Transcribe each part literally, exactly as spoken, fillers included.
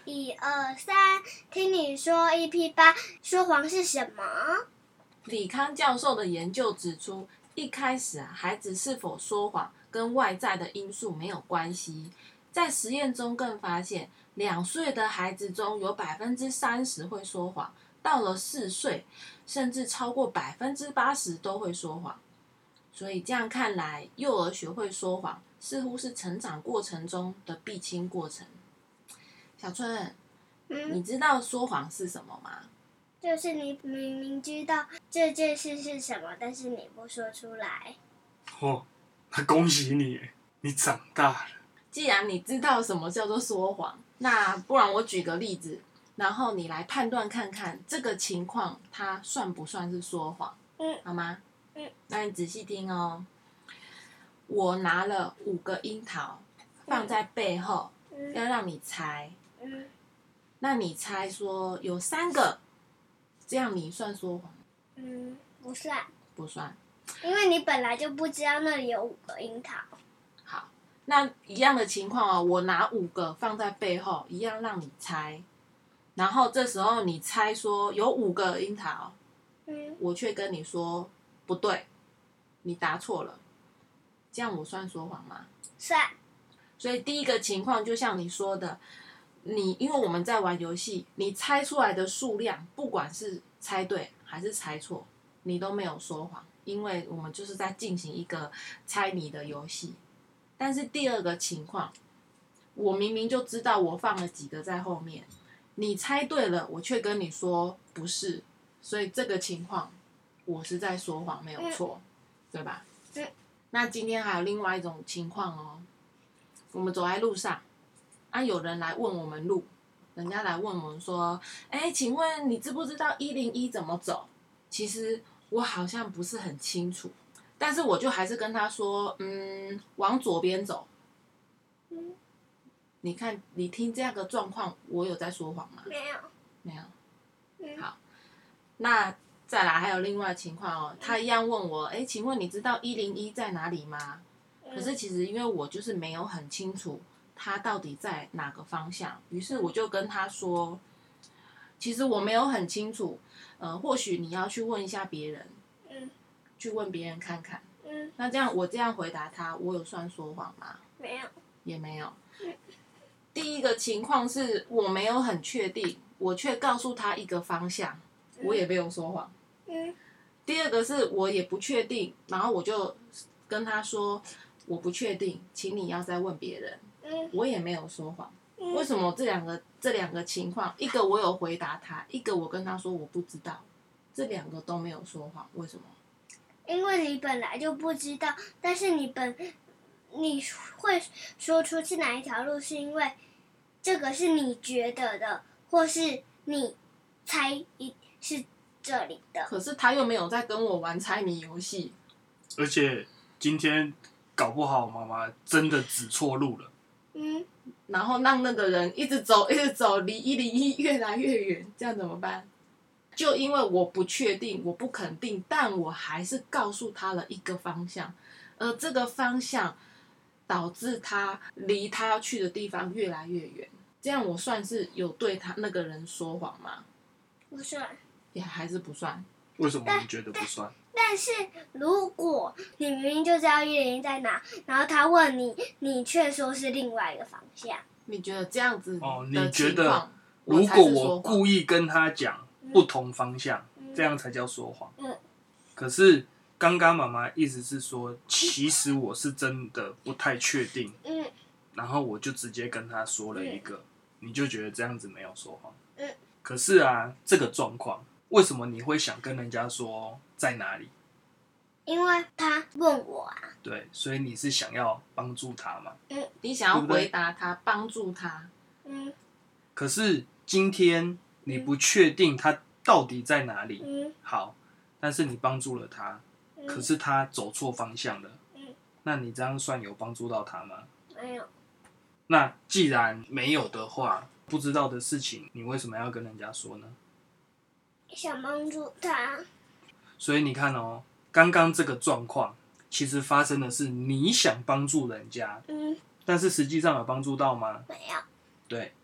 一二三，听你说 E P 八，说谎是什么？ 李康教授的研究指出，一开始啊，孩子是否说谎跟外在的因素没有关系。在实验中更发现，两岁的孩子中有百分之三十会说谎，到了四岁，甚至超过百分之八十都会说谎。所以这样看来，幼儿学会说谎，似乎是成长过程中的必经过程。小春， 嗯， 你知道说谎是什么吗？ 就是你明明知道这件事是什么，但是你不说出来。 哦，那恭喜你，你长大了。 既然你知道什么叫做说谎，那不然我举个例子，然后你来判断看看这个情况它算不算是说谎， 嗯， 好吗？ 嗯， 那你仔细听哦。我拿了五个樱桃放在背后， 嗯、 要让你猜。 嗯， 那你猜说有三个，这样你算说谎？ 嗯，不算， 不算， 因为你本来就不知道那里有五个樱桃。 好，那一样的情况哦，我拿五个放在背后，一样让你猜。然后这时候你猜说有五个樱桃， 嗯， 我却跟你说不对，你答错了，这样我算说谎吗？ 算。 所以第一个情况就像你说的，你因为我们在玩游戏，你猜出来的数量，不管是猜对还是猜错，你都没有说谎，因为我们就是在进行一个猜谜的游戏。但是第二个情况，我明明就知道我放了几个在后面，你猜对了，我却跟你说不是，所以这个情况我是在说谎，没有错，对吧？ 嗯。 那今天还有另外一种情况哦，我们走在路上，啊，有人来问我们路，人家来问我们说，哎，请问你知不知道一零一怎么走？其实我好像不是很清楚，但是我就还是跟他说，嗯，往左边走。 嗯， 你看，你听这样的状况，我有在说谎吗？ 没有。 没有。 嗯， 好，那再来还有另外情况哦，他一样问我，哎，请问你知道一零一在哪里吗？可是其实因为我就是没有很清楚他到底在哪个方向，于是我就跟他说，其实我没有很清楚，呃，或许你要去问一下别人， 嗯， 去问别人看看。 嗯， 那这样我这样回答他，我有算说谎吗？ 没有。 也没有。第一个情况是我没有很确定，我却告诉他一个方向，我也没有说谎。 嗯， 第二个是我也不确定，然后我就跟他说我不确定，请你要再问别人。 嗯， 我也没有说谎。 嗯， 为什么这两个这两个情况，一个我有回答他，一个我跟他说我不知道，这两个都没有说谎，为什么？ 因为你本来就不知道，但是你本你会说出是哪一条路，是因为这个是你觉得的，或是你猜是这里的。 可是他又没有在跟我玩猜谜游戏， 而且今天搞不好妈妈真的指错路了。 嗯， 然后让那个人一直走，一直走，离一零一越来越远，这样怎么办？就因为我不确定，我不肯定，但我还是告诉他了一个方向，而这个方向导致他离他要去的地方越来越远。这样我算是有对他那个人说谎吗？ 不算。 也还是不算。 为什么你觉得不算？ 但是如果你明明就知道一零一在哪，然后他问你，你却说是另外一个方向， 你觉得这样子哦， 的你觉情况， 得如果我才是说我谎？ 故意跟他讲不同方向， 嗯这样才叫说谎。 嗯， 可是刚刚妈妈意思是说，其实我是真的不太确定， 嗯， 然后我就直接跟他说了一个，你就觉得这样子没有说谎。 嗯， 可是啊，这个状况，为什么你会想跟人家说在哪里？ 因为他问我啊。 对，所以你是想要帮助他嘛？ 嗯， 你想要对不对回答他，帮助他。 嗯， 可是今天你不确定他到底在哪里， 嗯， 好，但是你帮助了他， 嗯， 可是他走错方向了， 嗯， 那你这样算有帮助到他吗？ 没有。 那既然没有的话，不知道的事情，你为什么要跟人家说呢？ 想帮助他。 所以你看哦，刚刚这个状况，其实发生的是你想帮助人家， 嗯， 但是实际上有帮助到吗？ 没有。 对，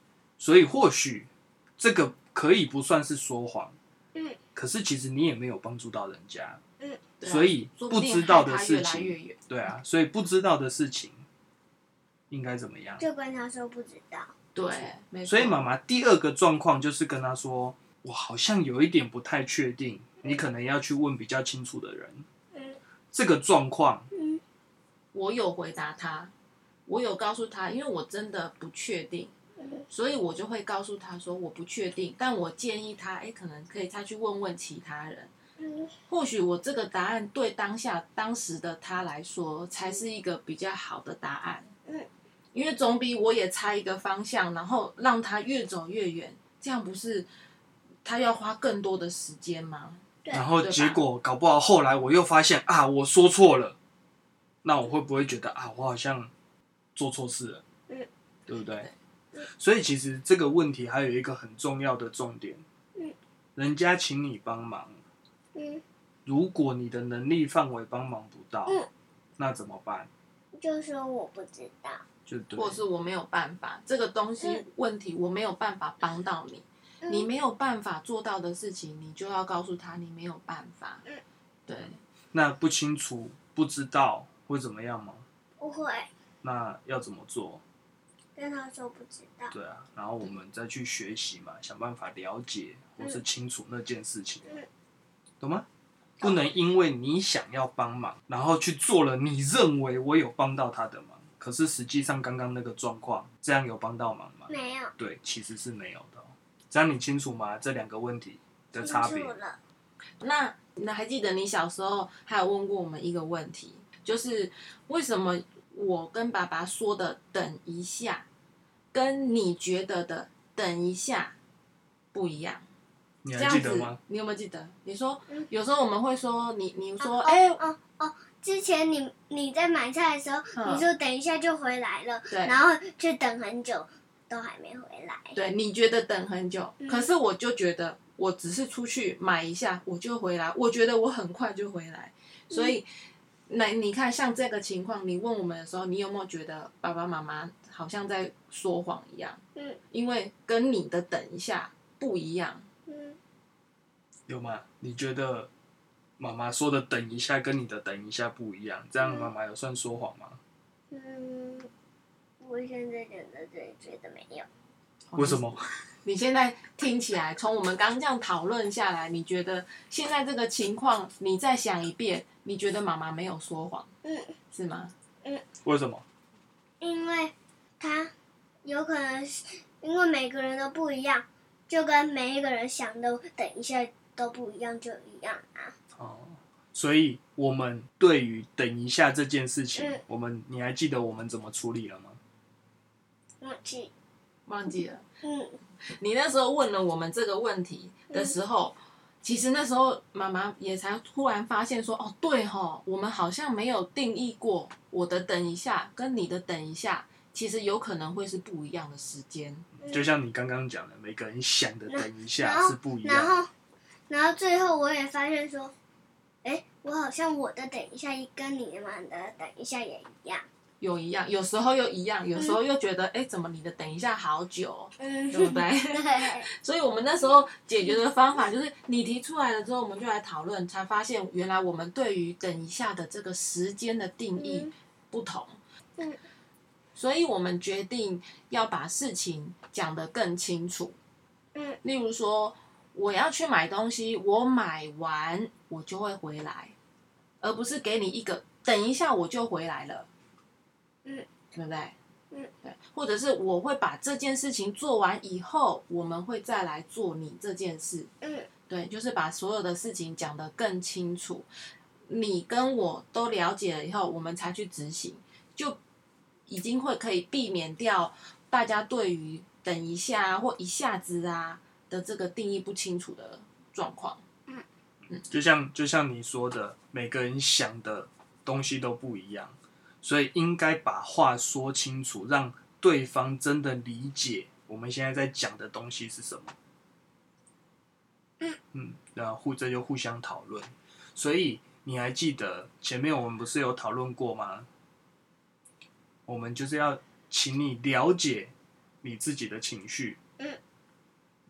所以或许这个可以不算是说谎， 嗯， 可是其实你也没有帮助到人家， 嗯， 对啊所以说不定知道的害他越来事情， 越远对啊，所以不知道的事情应该怎么样？ 就跟他说不知道。 对，没错。 所以妈妈第二个状况就是跟他说，我好像有一点不太确定，你可能要去问比较清楚的人。 嗯这个状况， 嗯我有回答他，我有告诉他，因为我真的不确定， 嗯所以我就会告诉他说我不确定，但我建议他，哎，可能可以他去问问其他人， 嗯或许我这个答案对当下当时的他来说才是一个比较好的答案。 嗯， 因为总比我也猜一个方向，然后让他越走越远，这样不是他要花更多的时间吗？ 对然后结果搞不好后来我又发现啊，我说错了，那我会不会觉得啊，我好像做错事了？ 嗯， 对不对？ 嗯所以其实这个问题还有一个很重要的重点， 嗯人家请你帮忙， 嗯， 如果你的能力范围帮忙不到， 嗯那怎么办？ 就说我不知道。 就对， 或是我没有办法，这个东西嗯问题我没有办法帮到你， 嗯你没有办法做到的事情，你就要告诉他你没有办法。 嗯对， 那不清楚、不知道会怎么样吗？ 不会那要怎么做？ 跟他说不知道。 对啊，然后我们再去学习嘛，想办法了解或是清楚那件事情， 嗯懂吗？不能因为你想要帮忙，然后去做了你认为我有帮到他的忙，可是实际上刚刚那个状况，这样有帮到忙吗？ 没有。 对，其实是没有的、哦。这样你清楚吗？这两个问题的差别清楚。了。 那那还记得你小时候还有问过我们一个问题，就是为什么我跟爸爸说的等一下，跟你觉得的等一下不一样？ 你这样子还记得吗？， 你有没有记得？你说嗯有时候我们会说你，你说哦哎、 哦哦，之前你你在买菜的时候， 嗯你说等一下就回来了， 对然后却等很久都还没回来。 对，你觉得等很久， 嗯可是我就觉得我只是出去买一下我就回来，我觉得我很快就回来，所以那你看像这个情况，你问我们的时候，你有没有觉得爸爸妈妈好像在说谎一样？ 嗯因为跟你的等一下不一样。 嗯， 有吗？你觉得妈妈说的等一下跟你的等一下不一样，这样妈妈有算说谎吗？ 嗯，我现在觉得对，觉得没有。 为什么？ 你现在听起来，从我们刚刚这样讨论下来，你觉得现在这个情况，你再想一遍，你觉得妈妈没有说谎， 嗯， 是吗？ 为什么？ 因为他有可能是因为每个人都不一样，就跟每一个人想的等一下都不一样就一样啊。 哦，所以我们对于等一下这件事情， 嗯我们你还记得我们怎么处理了吗？ 默契。 忘记了。 嗯你那时候问了我们这个问题的时候，其实那时候妈妈也才突然发现说，哦，对吼，我们好像没有定义过我的等一下跟你的等一下，其实有可能会是不一样的时间。 就像你刚刚讲的，每个人想的等一下然后是不一然样的。 后然后最后我也发现说，哎，我好像我的等一下跟你们的等一下也一样。 有一样，有时候又一样，有时候又觉得，哎、怎么你的等一下好久， 嗯， 对不对？ 对。 所以我们那时候解决的方法就是，你提出来了之后，我们就来讨论，才发现原来我们对于等一下的这个时间的定义嗯不同。 嗯所以我们决定要把事情讲得更清楚。 嗯例如说，我要去买东西，我买完我就会回来，而不是给你一个等一下我就回来了。 嗯， 对不对？ 嗯， 对，或者是我会把这件事情做完以后，我们会再来做你这件事。 嗯对，就是把所有的事情讲得更清楚，你跟我都了解了以后，我们才去执行，就已经会可以避免掉大家对于等一下啊或一下子啊的这个定义不清楚的状况。 就像就像你说的，每个人想的东西都不一样，所以应该把话说清楚，让对方真的理解我们现在在讲的东西是什么。 嗯嗯，然后互这就互相讨论。所以你还记得前面我们不是有讨论过吗？我们就是要请你了解你自己的情绪，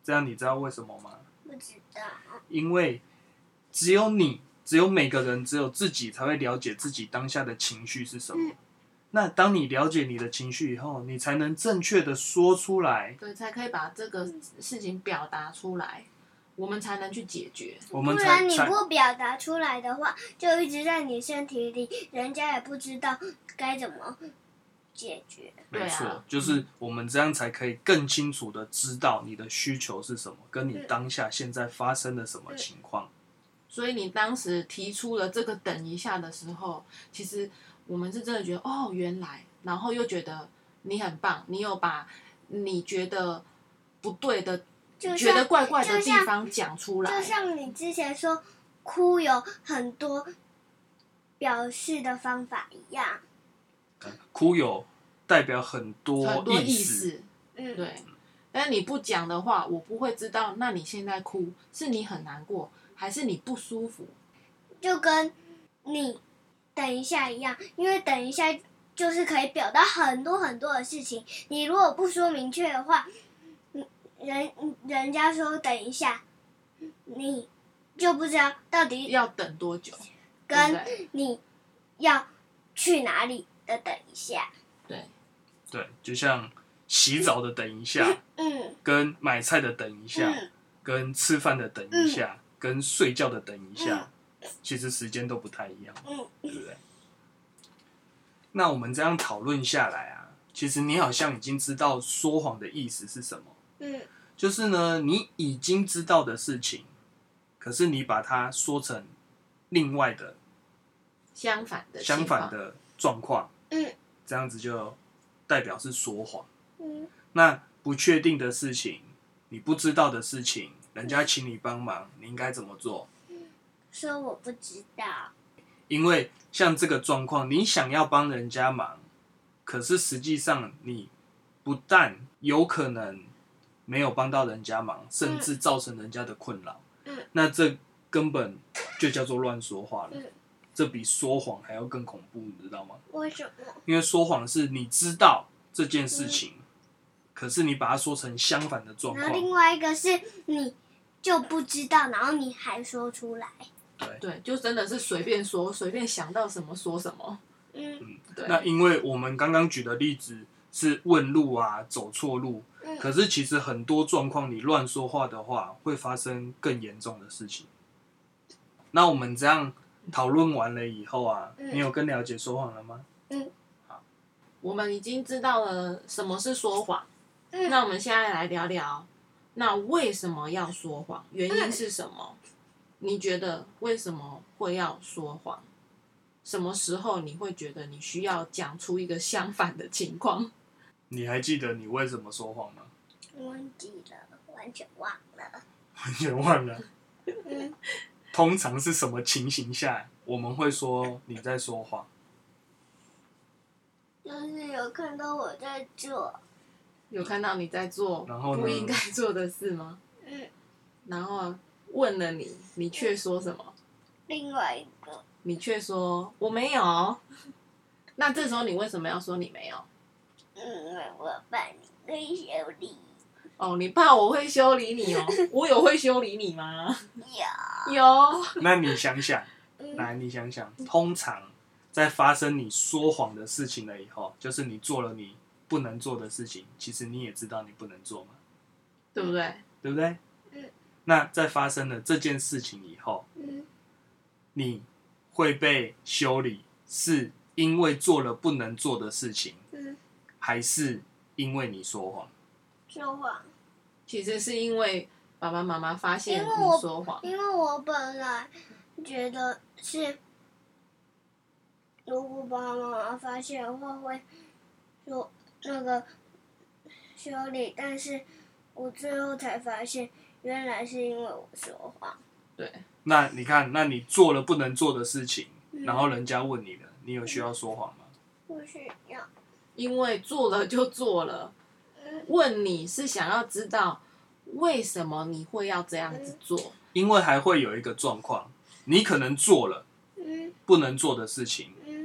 这样你知道为什么吗？ 不知道。 因为只有你，只有每个人，只有自己才会了解自己当下的情绪是什么。嗯、那当你了解你的情绪以后，你才能正确的说出来， 对，才可以把这个事情表达出来，我们才能去解决。 我们不然你不表达出来的话，就一直在你身体里，人家也不知道该怎么解决。 没错， 啊、 就是我们这样才可以更清楚的知道你的需求是什么，跟你当下现在发生了什么情况。 所以你当时提出了这个等一下的时候，其实我们是真的觉得哦，原来，然后又觉得你很棒，你有把你觉得不对的、觉得怪怪的地方讲出来。 就像你之前说，哭有很多表示的方法一样。 哭有代表很多很多意思， 思，嗯，对。但是你不讲的话，我不会知道。那你现在哭，是你很难过，还是你不舒服？ 就跟你等一下一样，因为等一下就是可以表达很多很多的事情。你如果不说明确的话，人人家说等一下，你就不知道到底要等多久， 跟你要去哪里的等一下。 对， 对，就像洗澡的等一下， 嗯， 跟买菜的等一下， 嗯、 跟吃饭的等一下，嗯、跟睡觉的等一下，嗯、其实时间都不太一样， 嗯， 对不对？那我们这样讨论下来啊，其实你好像已经知道说谎的意思是什么， 嗯， 就是呢，你已经知道的事情，可是你把它说成另外的相反的相反的状况， 嗯。 这样子就代表是说谎。 嗯， 那不确定的事情，你不知道的事情，人家请你帮忙，你应该怎么做？ 说我不知道。 因为像这个状况，你想要帮人家忙，可是实际上你不但有可能没有帮到人家忙，甚至造成人家的困扰。嗯，那这根本就叫做乱说话了。嗯，这比说谎还要更恐怖，你知道吗？ 为什么？ 因为说谎是你知道这件事情，嗯、可是你把它说成相反的状况。 然后另外一个是你就不知道，然后你还说出来。 对对，就真的是随便说，随便想到什么说什么。 嗯， 嗯对。那因为我们刚刚举的例子是问路啊，走错路，嗯、可是其实很多状况你乱说话的话，会发生更严重的事情。那我们这样讨论完了以后啊，嗯、你有更了解说谎了吗？ 嗯， 好，我们已经知道了什么是说谎。 嗯， 那我们现在来聊聊，那为什么要说谎？原因是什么？嗯、你觉得为什么会要说谎？什么时候你会觉得你需要讲出一个相反的情况？ 你还记得你为什么说谎吗？ 忘记了，完全忘了。 完全忘了。 嗯。 通常是什么情形下我们会说你在说谎？ 就是有看到我在做， 有看到你在做然后不应该做的事吗？ 嗯。 然后问了你，你却说什么？ 另外一个。 你却说我没有。那这时候你为什么要说你没有？ 因为我怕你会修理。 哦，你怕我会修理你哦？我有会修理你吗？ 有。 有。 那你想想，来，你想想，通常在发生你说谎的事情了以后，就是你做了你不能做的事情，其实你也知道你不能做嘛， 对不对？ 对不对？ 嗯。 那在发生了这件事情以后， 嗯， 你会被修理，是因为做了不能做的事情， 嗯， 还是因为你说谎？ 说谎。 其实是因为爸爸妈妈发现你说谎， 因为我本来觉得是，如果爸爸妈妈发现的话会说那个修理，但是我最后才发现，原来是因为我说谎。 对。 那你看，那你做了不能做的事情，嗯、然后人家问你了，你有需要说谎吗？ 不需要。 因为做了就做了。问你是想要知道为什么你会要这样子做？ 因为还会有一个状况，你可能做了不能做的事情， 嗯、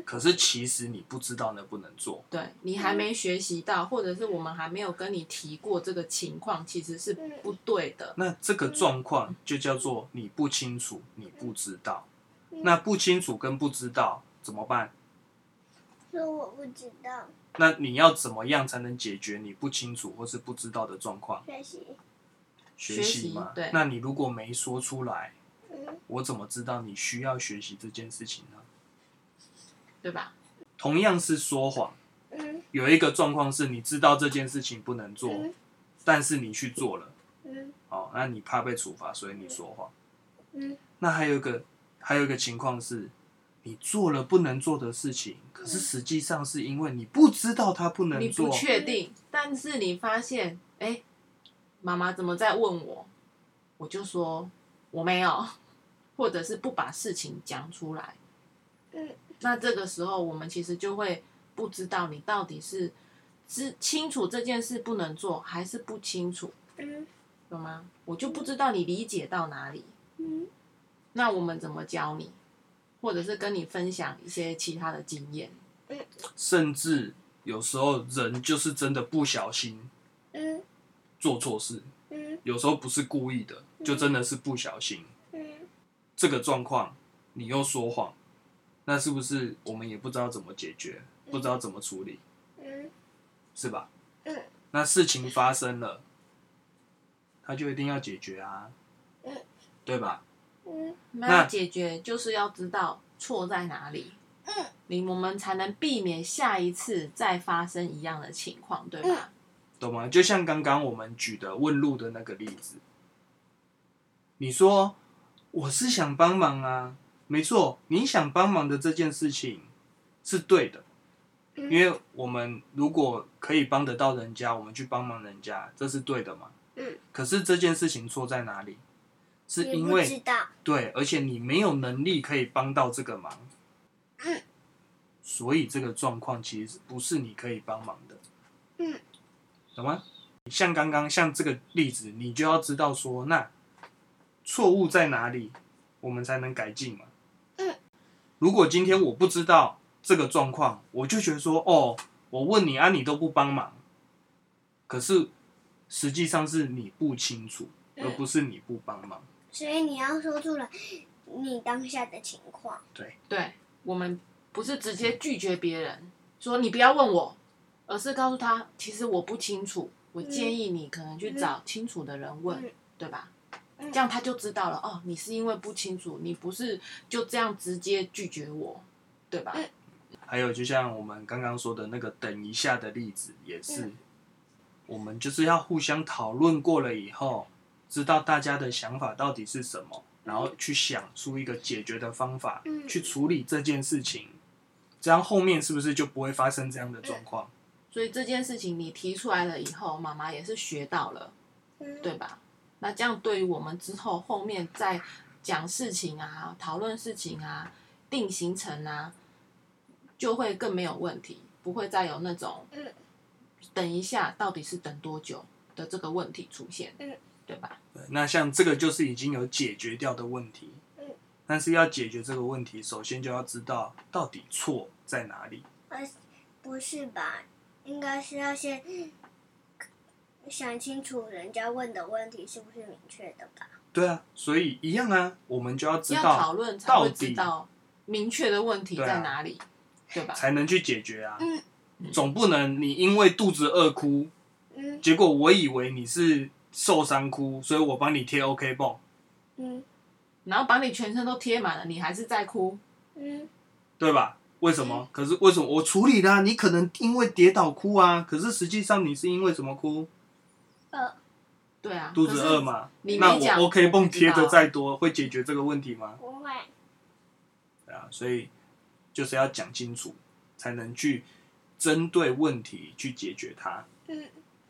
可是其实你不知道能不能做。 对，你还没学习到，或者是我们还没有跟你提过这个情况，其实是不对的。 那这个状况就叫做你不清楚，你不知道。那不清楚跟不知道怎么办？ 说我不知道。 那你要怎么样才能解决你不清楚或是不知道的状况？ 学习。 学习嘛。 对。 那你如果没说出来， 嗯， 我怎么知道你需要学习这件事情呢？ 对吧？ 同样是说谎， 嗯， 有一个状况是你知道这件事情不能做， 嗯， 但是你去做了， 嗯， 哦，那你怕被处罚，所以你说谎。 嗯， 那还有一个，还有一个情况是，你做了不能做的事情，可是实际上是因为你不知道它不能做， 你不确定，但是你发现，哎，妈妈怎么在问我？我就说我没有，或者是不把事情讲出来。 嗯， 那这个时候我们其实就会不知道你到底是知清楚这件事不能做，还是不清楚， 嗯， 懂吗？我就不知道你理解到哪里。 嗯， 那我们怎么教你，或者是跟你分享一些其他的经验？ 嗯， 甚至有时候人就是真的不小心， 嗯， 做错事， 嗯， 有时候不是故意的，就真的是不小心。 嗯， 这个状况你又说谎，那是不是我们也不知道怎么解决，不知道怎么处理， 嗯， 是吧？ 嗯， 那事情发生了，他就一定要解决啊， 嗯， 对吧？ 嗯， 那要解决就是要知道错在哪里， 嗯， 你我们才能避免下一次再发生一样的情况，对吧？ 懂吗？就像刚刚我们举的问路的那个例子，你说我是想帮忙啊，没错，你想帮忙的这件事情是对的，因为我们如果可以帮得到人家，我们去帮忙人家，这是对的嘛。 嗯。 可是这件事情错在哪里？是因你不知为道。 对，而且你没有能力可以帮到这个忙， 嗯， 所以这个状况其实不是你可以帮忙的。 嗯， 懂吗？像刚刚像这个例子，你就要知道说，那错误在哪里，我们才能改进嘛。 嗯， 如果今天我不知道这个状况，我就觉得说，哦，我问你啊，你都不帮忙，可是实际上是你不清楚，而不是你不帮忙。 所以你要说出来你当下的情况。 对， 对，我们不是直接拒绝别人，说你不要问我，而是告诉他，其实我不清楚，我建议你可能去找清楚的人问， 嗯、 对吧？ 嗯、 这样他就知道了，哦，你是因为不清楚，你不是就这样直接拒绝我，对吧？ 嗯、 还有就像我们刚刚说的那个等一下的例子，也是，嗯、我们就是要互相讨论过了以后，知道大家的想法到底是什么，然后去想出一个解决的方法， 嗯、 去处理这件事情，这样后面是不是就不会发生这样的状况？ 所以这件事情你提出来了以后，妈妈也是学到了， 嗯、 对吧？那这样对于我们之后后面再讲事情啊、讨论事情啊、定行程啊，就会更没有问题，不会再有那种嗯、 等一下到底是等多久的这个问题出现， 嗯、 对吧？ 对，那像这个就是已经有解决掉的问题， 嗯、 但是要解决这个问题，首先就要知道到底错在哪里。 呃，不是吧？应该是要先想清楚人家问的问题是不是明确的吧？ 对啊，所以一样啊，我们就要知道要讨论才会知道明确的问题在哪里， 对, 对吧？ 才能去解决啊。 嗯， 总不能你因为肚子饿哭， 嗯， 结果我以为你是受伤哭，所以我帮你贴 OK 绷， 嗯， 然后把你全身都贴满了，你还是在哭， 嗯， 对吧？为什么？ 嗯、 可是为什么我处理啦、啊？你可能因为跌倒哭啊，可是实际上你是因为什么哭？ 饿。 对啊， 肚子饿嘛。 你那没讲我 OK 绷贴的再多，会解决这个问题吗？ 不会。 对啊，所以就是要讲清楚，才能去针对问题去解决它。 嗯。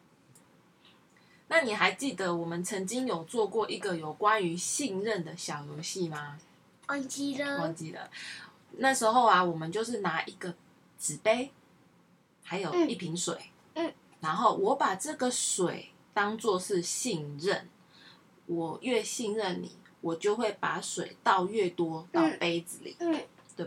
那你还记得我们曾经有做过一个有关于信任的小游戏吗？ 忘记了。 忘记了。那时候啊，我们就是拿一个纸杯，还有一瓶水， 嗯， 然后我把这个水当作是信任，我越信任你，我就会把水倒越多到杯子里， 嗯， 对吧？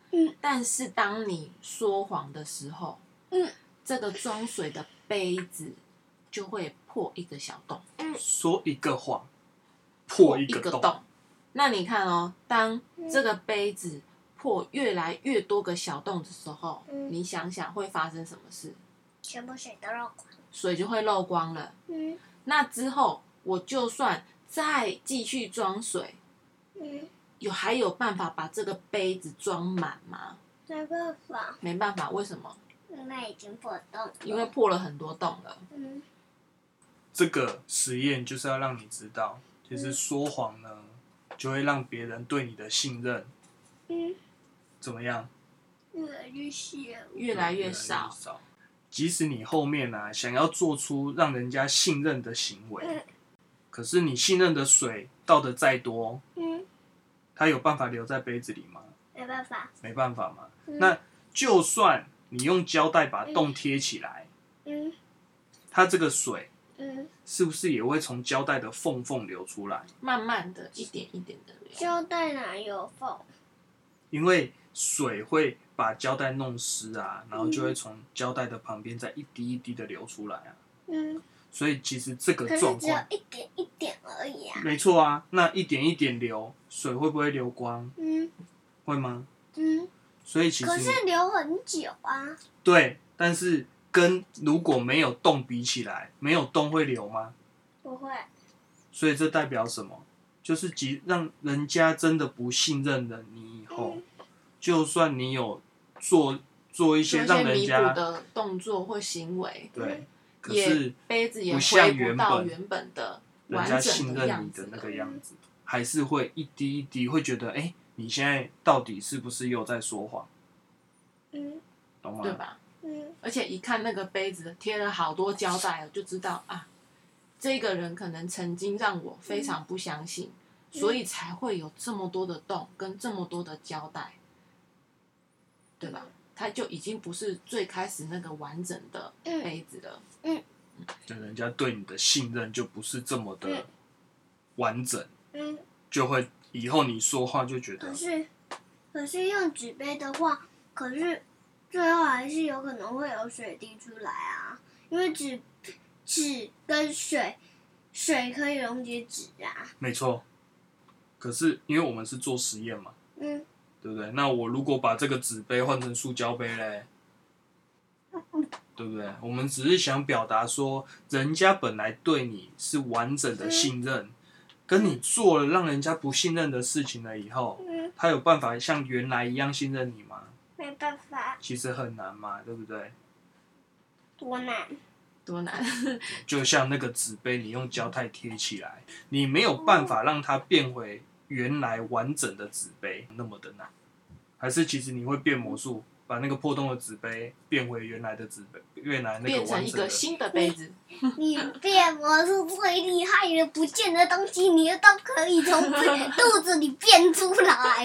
嗯， 但是当你说谎的时候， 嗯， 这个装水的杯子就会破一个小洞， 说一个谎，破一一个洞。 个洞。那你看哦，当这个杯子破越来越多个小洞的时候， 嗯你想想会发生什么事？ 全部水都漏光。 水就会漏光了。 嗯那之后，我就算再继续装水， 嗯， 有还有办法把这个杯子装满吗？ 没办法， 没办法，为什么？ 因为已经破洞了。 因为破了很多洞了。 嗯这个实验就是要让你知道，其实说谎呢，就会让别人对你的信任嗯， 怎么样？ 越来越小。 越来越少。 少。即使你后面啊想要做出让人家信任的行为， 嗯可是你信任的水倒的再多， 嗯， 它有办法留在杯子里吗？ 没办法。 没办法嘛。 嗯那就算你用胶带把洞贴起来， 嗯它这个水嗯， 是不是也会从胶带的缝缝流出来？ 慢慢的一点一点的流。 胶带哪有缝？ 因为水会把胶带弄湿啊，然后就会从胶带的旁边再一滴一滴的流出来啊。 嗯， 所以其实这个可是状只有况， 一点一点而已啊。 没错啊，那一点一点流，水会不会流光？ 嗯会吗？ 嗯， 所以其实可是流很久啊。 对，但是跟如果没有洞比起来，没有洞会流吗？ 不会。 所以这代表什么？就是即让人家真的不信任了你以后， 嗯就算你有做做一些做一些弥补让人家的动作或行为， 对，可也是杯子也不像回原本不到原本的人家完整信任的样子你的那个了。 样子，还是会一滴一滴会觉得，哎、你现在到底是不是又在说谎？ 嗯懂吗？ 对吧？ 嗯而且一看那个杯子贴了好多胶带，就知道啊，这个人可能曾经让我非常不相信， 嗯所以才会有这么多的洞跟这么多的胶带，对吧？它就已经不是最开始那个完整的杯子了。 就人家对你的信任就不是这么的嗯完整， 嗯， 就会以后你说话就觉得可是可是用纸杯的话，可是最后还是有可能会有水滴出来啊，因为纸纸跟水水可以溶解纸啊。 没错。可是因为我们是做实验嘛， 嗯对不对？那我如果把这个纸杯换成塑胶杯嘞，对不对？我们只是想表达说，人家本来对你是完整的信任，跟你做了让人家不信任的事情了以后， 嗯， 他有办法像原来一样信任你吗？ 没办法， 其实很难嘛，对不对？ 多难。 多难！ 就像那个纸杯，你用胶带贴起来，你没有办法让它变回原来完整的纸杯那么的难，还是其实你会变魔术，把那个破洞的纸杯变回原来的纸杯，原来那个变成一完整的。 个新的杯子， 你变魔术最厉害的，不见的东西你都可以从肚子里变出来。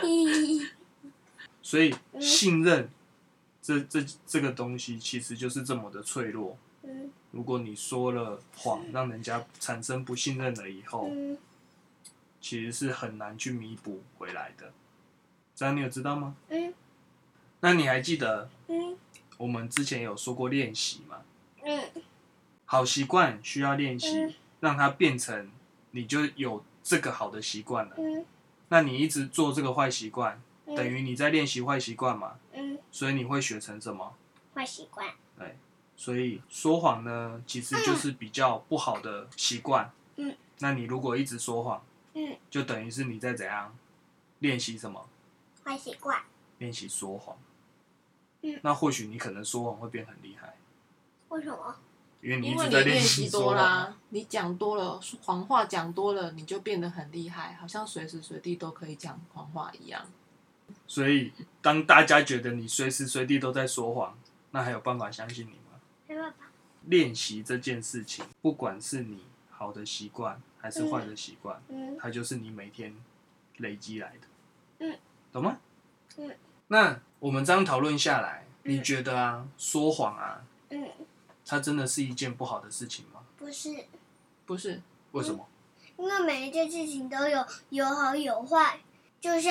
所以信任这这这个东西其实就是这么的脆弱。 嗯如果你说了谎，让人家产生不信任了以后， 嗯， 其实是很难去弥补回来的。这样你有知道吗？ 嗯那你还记得嗯我们之前有说过练习吗？ 嗯好习惯需要练习， 嗯让它变成你就有这个好的习惯了。 嗯那你一直做这个坏习惯， 嗯， 等于你在练习坏习惯嘛， 嗯所以你会学成什么？ 坏习惯。 所以说谎呢，其实就是比较不好的习惯。 嗯， 那你如果一直说谎， 嗯， 就等于是你在怎样练习什么？ 坏习惯。 练习说谎。 嗯， 那或许你可能说谎会变很厉害， 为什么？ 因为你一因为你直在练习多习说谎。 啦，你讲多了，谎话讲多了，你就变得很厉害，好像随时随地都可以讲谎话一样。 所以当大家觉得你随时随地都在说谎，那还有办法相信你吗？ 没办法。 练习这件事情，不管是你好的习惯还是坏的习惯， 嗯它就是你每天累积来的。 嗯， 懂吗？ 嗯。 那我们这样讨论下来， 嗯你觉得啊，说谎啊， 嗯， 它真的是一件不好的事情吗？ 不是， 不是， 为什么？ 因为每一件事情都有有好有坏，就像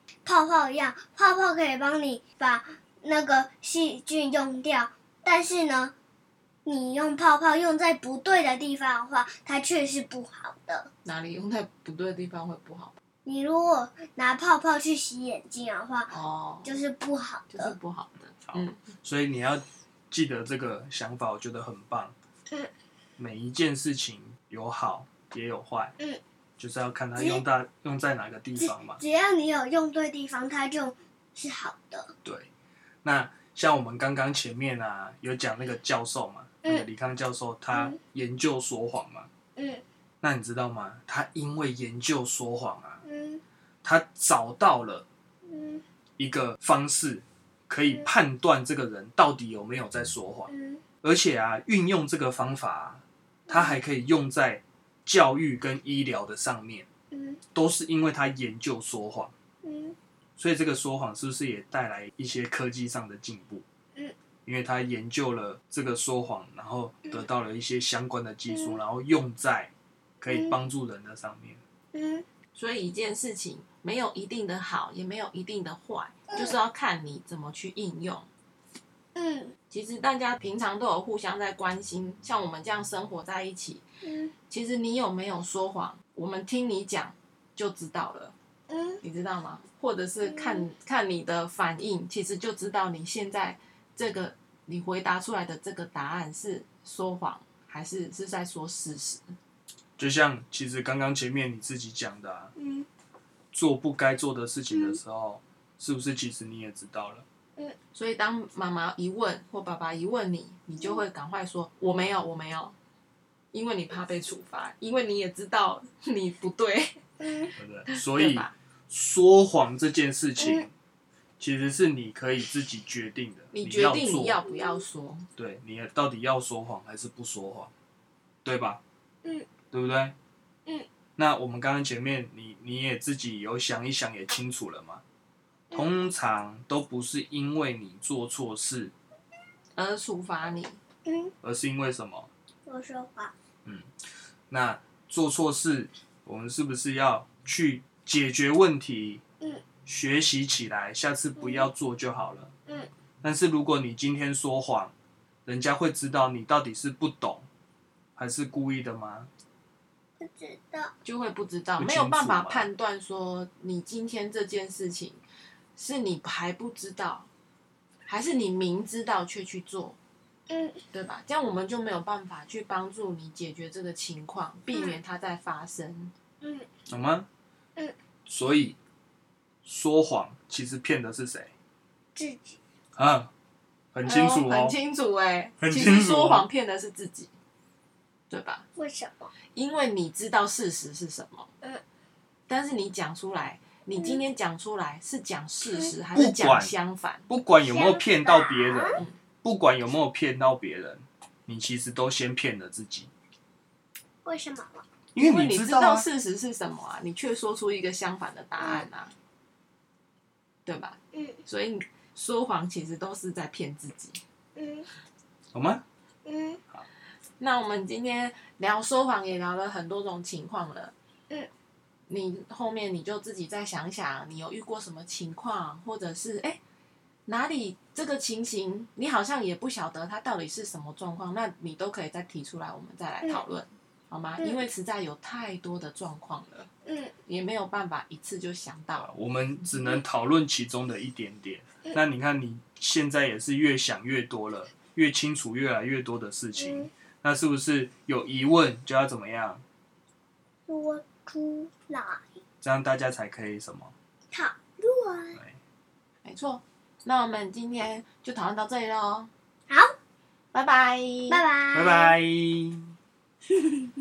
泡泡一样，泡泡可以帮你把那个细菌用掉，但是呢，你用泡泡用在不对的地方的话，它却是不好的。 哪里用在不对的地方会不好？ 你如果拿泡泡去洗眼睛的话， 哦， 就是不好的， 就是不好的。 好， 嗯， 所以你要记得这个想法，我觉得很棒。 嗯， 每一件事情有好也有坏， 嗯， 就是要看它用在用在哪个地方嘛。 只要你有用对地方，它就是好的。 对，那像我们刚刚前面啊有讲那个教授嘛， 嗯那个李康教授，他研究说谎嘛。 嗯那你知道吗？他因为研究说谎啊， 嗯他找到了嗯一个方式，可以判断这个人到底有没有在说谎。 嗯而且啊，运用这个方法啊，他还可以用在教育跟医疗的上面， 嗯都是因为他研究说谎。 嗯所以这个说谎是不是也带来一些科技上的进步？ 嗯， 因为他研究了这个说谎，然后得到了一些相关的技术， 嗯然后用在可以帮助人的上面。 嗯所以一件事情没有一定的好，也没有一定的坏，就是要看你怎么去应用。 嗯其实大家平常都有互相在关心，像我们这样生活在一起， 嗯其实你有没有说谎，我们听你讲就知道了， 嗯你知道吗？或者是看看你的反应，其实就知道你现在这个你回答出来的这个答案是说谎，还是是在说事实。 就像其实刚刚前面你自己讲的、啊， 嗯做不该做的事情的时候，是不是其实你也知道了？ 所以当妈妈一问或爸爸一问你，你就会赶快说我没有，我没有，因为你怕被处罚，因为你也知道你不对， 嗯对不对？所以对吧？ 说谎这件事情嗯， 其实是你可以自己决定的。 你你决定做你要不要说。 对，你到底要说谎还是不说谎，对吧？ 嗯， 对不对？ 嗯。 那我们刚刚前面你你也自己有想一想，也清楚了嘛？通常都不是因为你做错事， 而处罚你， 嗯， 而是因为什么？ 我说话。 那做错事，我们是不是要去解决问题？ 嗯， 学习起来，下次不要做就好了。 嗯， 但是如果你今天说谎，人家会知道你到底是不懂还是故意的吗？ 不知道。 就会不知道， 不清楚没有办法嘛判断说你今天这件事情是你还不知道，还是你明知道却去做， 嗯对吧？这样我们就没有办法去帮助你解决这个情况，避免它再发生。 嗯懂吗？ 嗯。 所以说谎其实骗的是谁？ 自己。 啊，很清楚哦。 哎呦很清楚哎、其很清楚哦实说谎骗的是自己，对吧？ 为什么？ 因为你知道事实是什么， 嗯但是你讲出来，你今天讲出来是讲事实、 嗯还是讲不管相反？ 不管有没有骗到别人嗯， 不管有没有骗到别人，你其实都先骗了自己， 为什么？ 因因为你知为知道啊。 道事实是什么啊，你却说出一个相反的答案啊，对吧？ 嗯所以你说谎其实都是在骗自己。 嗯好吗？ 嗯那我们今天聊说谎也聊了很多种情况了， 嗯， 你后面你就自己再想想，你有遇过什么情况，或者是哎哪里这个情形你好像也不晓得它到底是什么状况，那你都可以再提出来，我们再来讨论，好吗？ 嗯因为实在有太多的状况了， 嗯也没有办法一次就想到。 我们只能讨论其中的一点点。那你看，你现在也是越想越多了，越清楚越来越多的事情。 嗯， 那是不是有疑问就要怎么样？ 说出来这样大家才可以什么？ 讨论。 没错，那我们今天就讨论到这里喽。 好， 拜拜。 拜拜。 拜拜。